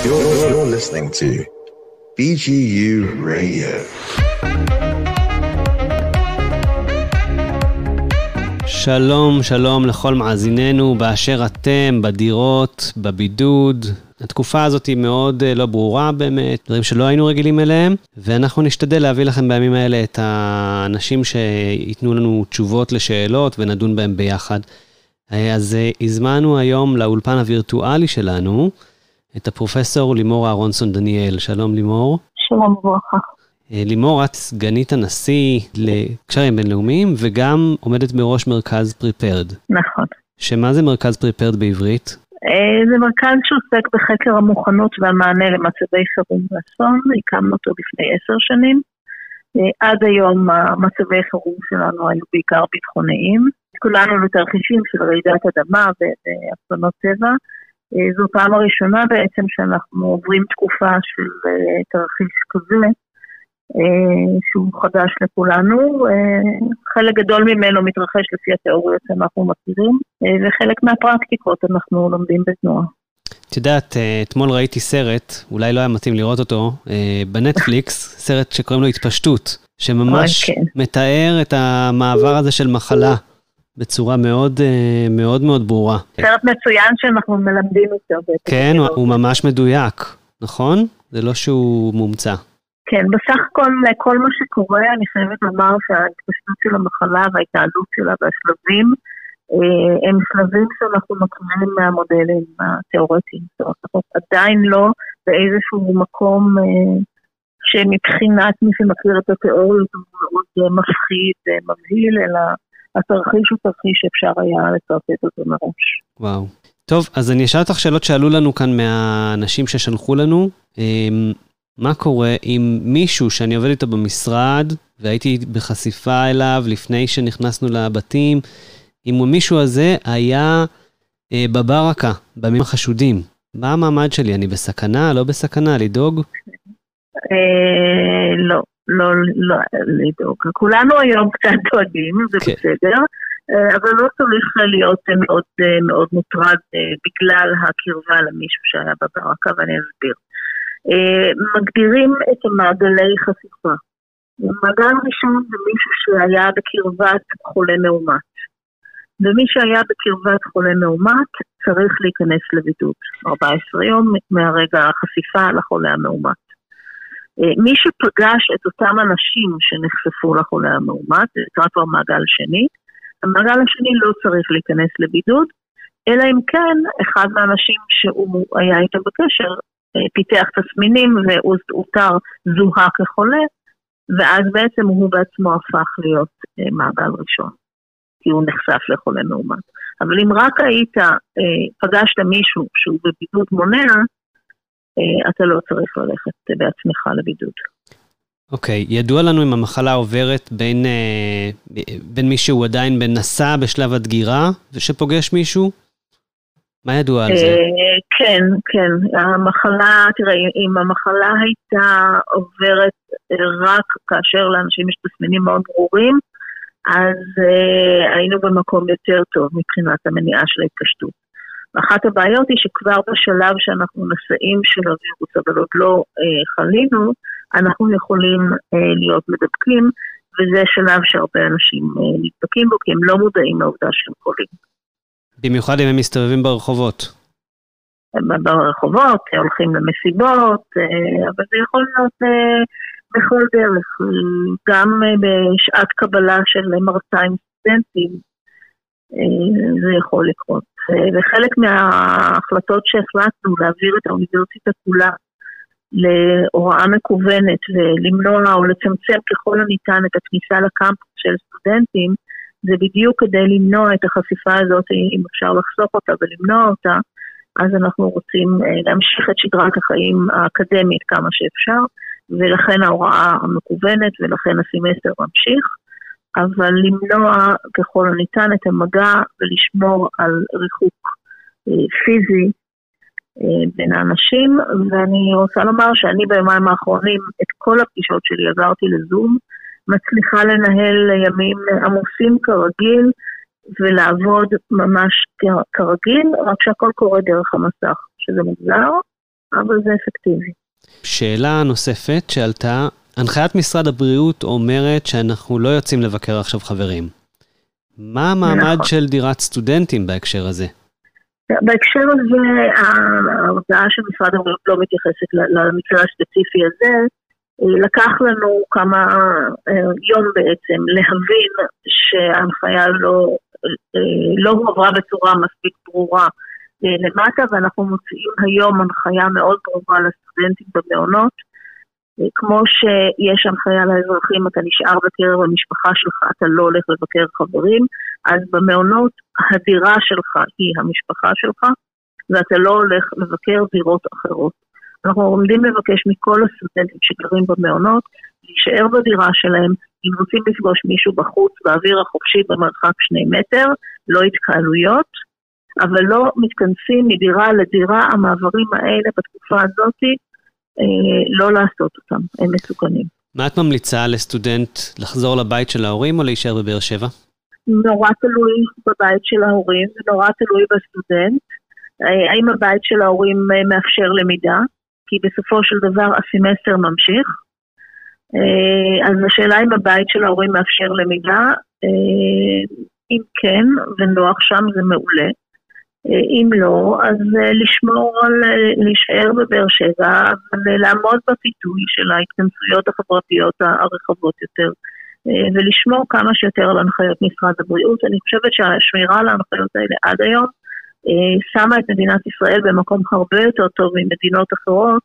You're listening to BGU Radio. שלום, שלום לכל מאזיננו באשר אתם, בדירות, בבידוד. התקופה הזאת היא מאוד לא ברורה באמת, דברים שלא היינו רגילים אליהם, ואנחנו נשתדל להביא לכם בימים האלה את האנשים שיתנו לנו תשובות לשאלות ונדון בהם ביחד. אז הזמנו היום לאולפן הווירטואלי שלנו את הפרופסור לימור אהרונסון דניאל. שלום לימור. שלום וברכה. לימור, את סגנית הנשיא לקשרים בינלאומיים, וגם עומדת בראש מרכז פריפרד. נכון. שמה זה מרכז פריפרד בעברית? זה מרכז שעוסק בחקר המוכנות והמענה למצבי חירום ואסון. הקמנו אותו לפני 10 שנים. עד היום מצבי חירום שלנו היו בעיקר ביטחוניים. כולנו לתרחישים של רעידת אדמה ואסונות טבע. זו פעם הראשונה בעצם שאנחנו עוברים תקופה של תרחיש כזה, שהוא חדש לכולנו. חלק גדול ממנו מתרחש לפי התיאוריות שאנחנו מכירים, וחלק מהפרקטיקות אנחנו לומדים בתנועה. את יודעת, אתמול ראיתי סרט, אולי לא היה מתאים לראות אותו, בנטפליקס, סרט שקוראים לו התפשטות, שממש מתאר את המעבר הזה של מחלה, בצורה מאוד מאוד מאוד ברורה. סרט מצוין שאנחנו מלמדים אותו. כן, הוא ממש מדויק, נכון? זה לא שהוא מומצא. כן, בסך הכל, כל מה שקורה, אני חייבת לומר שההתפשטות של המחלה וההתנהלות שלה והשלבים, הם שלבים שאנחנו מכירים מהמודלים התיאורטיים. זאת אומרת, אנחנו עדיין לא באיזשהו מקום שמבחינת מי שמכיר את התיאוריות הוא מאוד מפחיד, מבהיל, אלא התרחיש הוא תרחיש שאפשר היה לצרפת אותו מראש. וואו. טוב, אז אני אשאל אותך שאלות שעלו לנו כאן מהאנשים ששלחו לנו. מה קורה עם מישהו שאני עובד איתו במשרד, והייתי בחשיפה אליו לפני שנכנסנו לבתים, אם מישהו הזה היה בברקה, בימים החשודים, מה המעמד שלי? אני בסכנה, לא בסכנה, לדאוג? לא לדאוג. כולנו היום קצת דואגים, זה בסדר, אבל לא צריך להיות מאוד מאוד מוטרד בגלל הקרבה למישהו שהיה בברקה, ואני אסביר. מגדירים את המעגלי חשיפה. המעגל ראשון זה מישהו שהיה בקרבת חולה מאומת. ומי שהיה בקרבת חולה מאומת צריך להיכנס לבידוד. 14 יום מהרגע החשיפה לחולה המאומת. מי שפגש את אותם אנשים שנחשפו לחולה המאומת, זה כבר מעגל שני, המעגל השני לא צריך להיכנס לבידוד, אלא אם כן אחד מהאנשים שהוא היה איתו בקשר, פיתח תסמינים ואותר זוהה כחולה, ואז בעצם הוא בעצמו הפך להיות מעגל ראשון, כי הוא נחשף לחולה מאומת. אבל אם רק היית פגשת מישהו שהוא בבידוד מונע, אתה לא צריך ללכת בעצמך לבידוד. אוקיי, ידוע לנו אם המחלה עוברת בין מישהו עדיין בנסה בשלב הדגירה, ושפוגש מישהו? מה ידוע על זה? כן, המחלה, תראה, אם המחלה הייתה עוברת רק כאשר לאנשים יש תסמינים מאוד ברורים, אז היינו במקום יותר טוב מבחינת המניעה של ההתפשטות. אחת הבעיות היא שכבר בשלב שאנחנו נשאים של הווירוס, אבל עוד לא חלינו, אנחנו יכולים להיות מדבקים, וזה שלב שהרבה אנשים נדבקים בו, כי הם לא מודעים לעובדה שהם חולים. במיוחד אם הם מסתובבים ברחובות. ברחובות, הולכים למסיבות, אבל זה יכול להיות בכל דרך, גם בשעת קבלה של מרצה עם סטודנטים, זה יכול לקרות. וחלק מההחלטות שהחלטנו להעביר את האוניברסיטה כולה להוראה מקוונת ולמנוע או לצמצם ככל הניתן את הכניסה לקמפוס של סטודנטים, זה בדיוק כדי למנוע את החשיפה הזאת, אם אפשר לחסוך אותה ולמנוע אותה, אז אנחנו רוצים להמשיך את שדרת החיים האקדמית כמה שאפשר, ולכן ההוראה המקוונת ולכן הסמסטר ממשיך, אבל למנוע ככל הניתן את המגע ולשמור על ריחוק פיזי בין האנשים, ואני רוצה לומר שאני ביומיים האחרונים את כל הפגישות שלי עברתי לזום, מצליחה לנהל ימים עמוסים כרגיל, ולעבוד ממש כרגיל, רק שהכל קורה דרך המסך, שזה מוגזר, אבל זה אפקטיבי. שאלה נוספת שעלתה, הנחיית משרד הבריאות אומרת שאנחנו לא יוצאים לבקר עכשיו חברים. מה המעמד של דירת סטודנטים בהקשר הזה? בהקשר הזה, ההרצאה של משרד הבריאות לא מתייחסת למקרה הספציפי הזה. לקח לנו כמה יום בעצם להבין שההנחיה לא הועברה בצורה מספיק ברורה למטה, ואנחנו מוציאים היום הנחיה מאוד ברורה לסטודנטים במעונות. כמו שיש הנחיה לאזרחים, אתה נשאר בקרב המשפחה שלך, אתה לא הולך לבקר חברים, אז במעונות הדירה שלך היא המשפחה שלך, ואתה לא הולך לבקר דירות אחרות. אנחנו עומדים לבקש מכל הסטודנטים שגרים במעונות, להישאר בדירה שלהם, אם רוצים לפגוש מישהו בחוץ, באוויר החופשי במרחק 2 מטר, לא התקהלויות, אבל לא מתכנסים מדירה לדירה, המעברים האלה בתקופה הזאת, לא לעשות אותם, הם מסוכנים. מה את ממליצה לסטודנט לחזור לבית של ההורים או להישאר בבאר שבע? נורא תלוי בבית של ההורים, נורא תלוי בסטודנט. האם הבית של ההורים מאפשר למידה? כי בסופו של דבר הסמסטר ממשיך. אז השאלה אם הבית של ההורים מאפשר למידה, אם כן ונוח שם זה מעולה. אם לא, אז לשמור על להישאר בבאר שבע ולעמוד בפיתוי של ההתכנסויות החברתיות הרחבות יותר ולשמור כמה שיותר על הנחיות משרד הבריאות. אני חושבת שהשמירה על ההנחיות האלה עד היום שמה את מדינת ישראל במקום הרבה יותר טוב ממדינות אחרות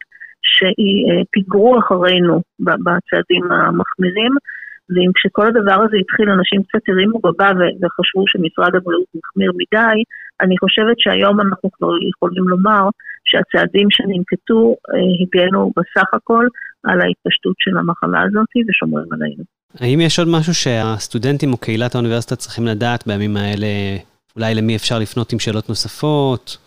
שפיגרו אחרינו בצעדים המחמירים, ואם כשכל הדבר הזה התחיל, אנשים קצת הרימו גבה וחשבו שמשרד הבריאות מחמיר מדי, אני חושבת שהיום אנחנו כבר יכולים לומר שהצעדים שננקטו הגנו בסך הכל על ההתפשטות של המחלה הזאת ושומרים עלינו. האם יש עוד משהו שהסטודנטים או קהילת האוניברסיטה צריכים לדעת בימים האלה, אולי למי אפשר לפנות עם שאלות נוספות?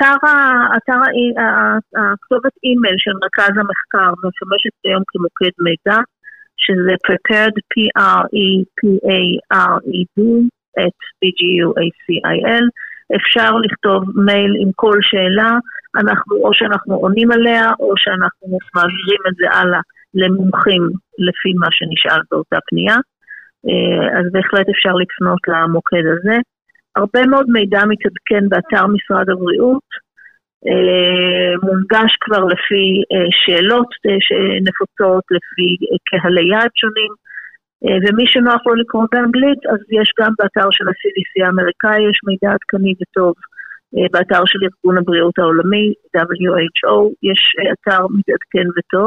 הכתובת אימייל של מרכז המחקר משמשת היום כמוקד מידע, שזה prepared, P-R-E-P-A-R-E-D, @bguacil. אפשר לכתוב מייל עם כל שאלה, או שאנחנו עונים עליה, או שאנחנו מעבירים את זה הלאה למומחים לפי מה שנשאל באותה פנייה. אז בהחלט אפשר לפנות למוקד הזה. הרבה מאוד מידע מתעדכן באתר משרד הבריאות, מונגש כבר לפי שאלות שנפוצות, לפי קהלי יעד שונים, ומי שנוח לו לקרוא באנגלית, אז יש גם באתר של ה-CDC האמריקאי, יש מידע עדכני וטוב, באתר של ארגון הבריאות העולמי, WHO, יש אתר מתעדכן וטוב.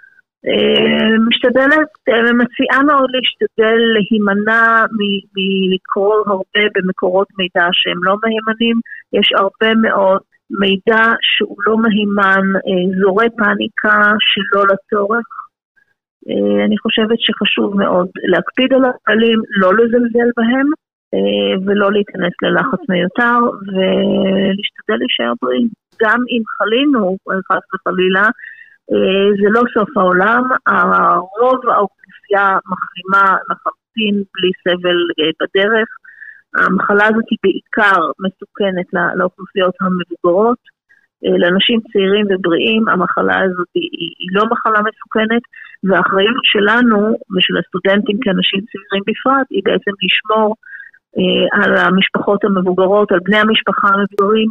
מציעה מאוד להשתדל להימנע מלקרוא הרבה במקורות מידע שהם לא מהימנים, יש הרבה מאוד מידע שהוא לא מהימן, זורי פאניקה שלא לצורך. אני חושבת שחשוב מאוד להקפיד על הכללים, לא לזלזל בהם, ולא להיכנס ללחץ מיותר, ולהשתדל להישאר בריאים. גם אם חלינו, חס וחלילה, זה לא סוף העולם, הרוב האוכלוסייה מחלימה לחלוטין בלי סבל בדרך. המחלה הזאת היא בעיקר מסוכנת לאוכלוסיות המבוגרות, לאנשים צעירים ובריאים, המחלה הזאת היא לא מחלה מסוכנת, והאחריות שלנו ושל הסטודנטים כאנשים צעירים בפרט, היא בעצם לשמור על המשפחות המבוגרות, על בני המשפחה המבוגרים,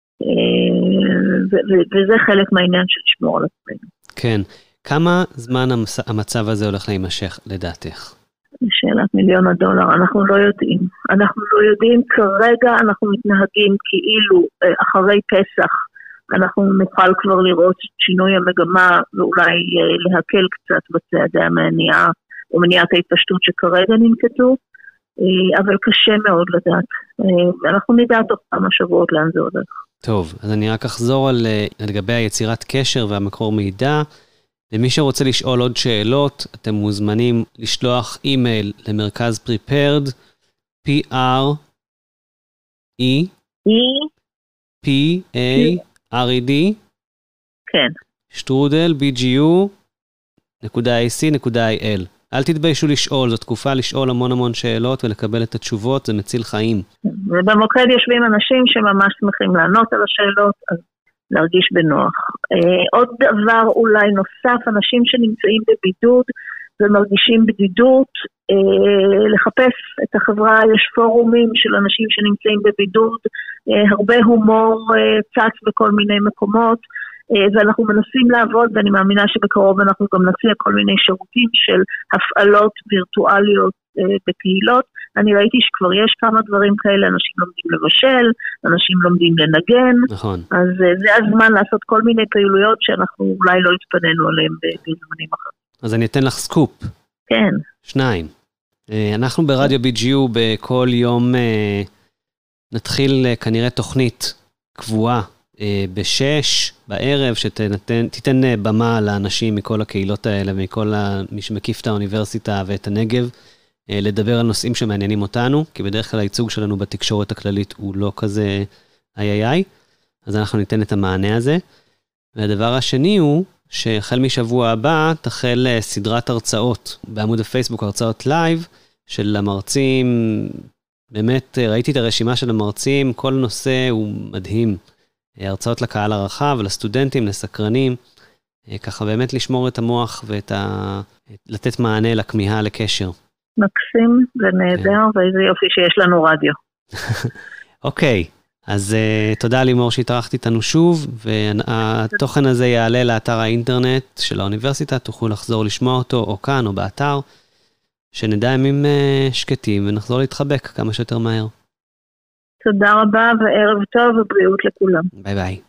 וזה חלק מהעניין של לשמור על עצמנו. כן. כמה זמן המצב הזה הולך להימשך לדעתך? שאלת $1,000,000, אנחנו לא יודעים. אנחנו לא יודעים, כרגע אנחנו מתנהגים כאילו אחרי פסח, אנחנו נוכל כבר לראות שינוי המגמה ואולי להקל קצת בצעדי המניעה או מניעת ההתפשטות שכרגע ננקטו, אבל קשה מאוד לדעת. אנחנו נדע תוך כמה שבועות לאן זה הולך. טוב, אז אני רק אחזור לגבי היצירת קשר והמקור מידע. למי שרוצה לשאול עוד שאלות, אתם מוזמנים לשלוח אימייל למרכז prepared, P-R-E-P-A-R-E-D, כן. שטרודל, bgu.ac.il. אל תתביישו לשאול, זו תקופה לשאול המון שאלות ולקבל את התשובות, זה מציל חיים. ובמוקד יושבים אנשים שממש שמחים לענות על השאלות, אז להרגיש בנוח. עוד דבר אולי נוסף, אנשים שנמצאים בבידוד ומרגישים בדידות, לחפש את החברה, יש פורומים של אנשים שנמצאים בבידוד, הרבה הומור צץ בכל מיני מקומות, ואנחנו מנסים לעבוד, ואני מאמינה שבקרוב אנחנו גם נציע כל מיני שירותים של הפעלות וירטואליות בקהילות. אני ראיתי שכבר יש כמה דברים כאלה, אנשים לומדים לבשל, אנשים לומדים לנגן, נכון. אז זה הזמן לעשות כל מיני פעילויות שאנחנו אולי לא התפנינו עליהם בזמנים אחרים. אז אני אתן לך סקופ. כן. 2. אנחנו ברדיו BGU בכל יום נתחיל כנראה תוכנית קבועה ב-6 בערב, שתיתן במה לאנשים מכל הקהילות האלה, ומכל מי שמקיף את האוניברסיטה ואת הנגב, לדבר על נושאים שמעניינים אותנו, כי בדרך כלל הייצוג שלנו בתקשורת הכללית הוא לא כזה איי, אז אנחנו ניתן את המענה הזה. והדבר השני הוא, שהחל משבוע הבא תחל סדרת הרצאות בעמוד הפייסבוק, הרצאות לייב של המרצים. באמת ראיתי את הרשימה של המרצים, כל נושא הוא מדהים. הרצאות לקהל הרחב, לסטודנטים, לסקרנים, ככה באמת לשמור את המוח לתת מענה לכמיהה לקשר. מקסים ונהדר, ואיזה יופי שיש לנו רדיו. אוקיי. אז תודה לימור שהתארחת איתנו שוב, והתוכן הזה יעלה לאתר האינטרנט של האוניברסיטה, תוכלו לחזור לשמוע אותו או כאן או באתר, שנדע ימים שקטים ונחזור להתחבק כמה שיותר מהר. תודה רבה וערב טוב ובריאות לכולם. ביי ביי.